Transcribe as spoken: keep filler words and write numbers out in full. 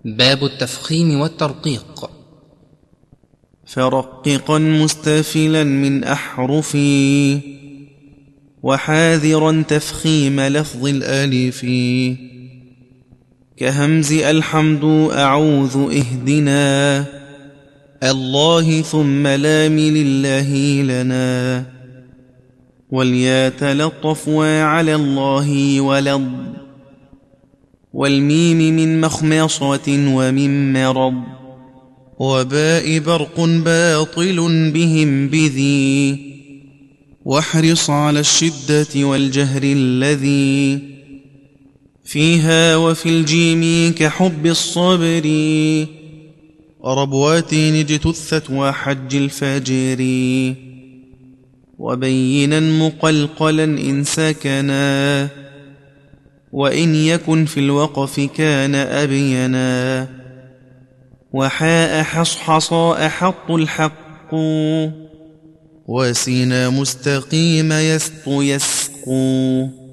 باب التفخيم والترقيق. فرققا مستفلا من أحرفي، وحاذرا تفخيم لفظ الألف، كهمز الحمد أعوذ اهدنا، الله ثم لام لله لنا، واليا تلطف وعلى الله ولض، والميم من مخمصة ومن مرض، وباء برق باطل بهم بذي، واحرص على الشدة والجهر الذي فيها، وفي الجيم كحب الصبر، ربوات اجتثت وحج الفجر، وبينا مقلقلا إن سكنا، وإن يكن في الوقف كان أبينا، وحاء حصحصا أحط الحق، وسين مستقيم يسط يسقو.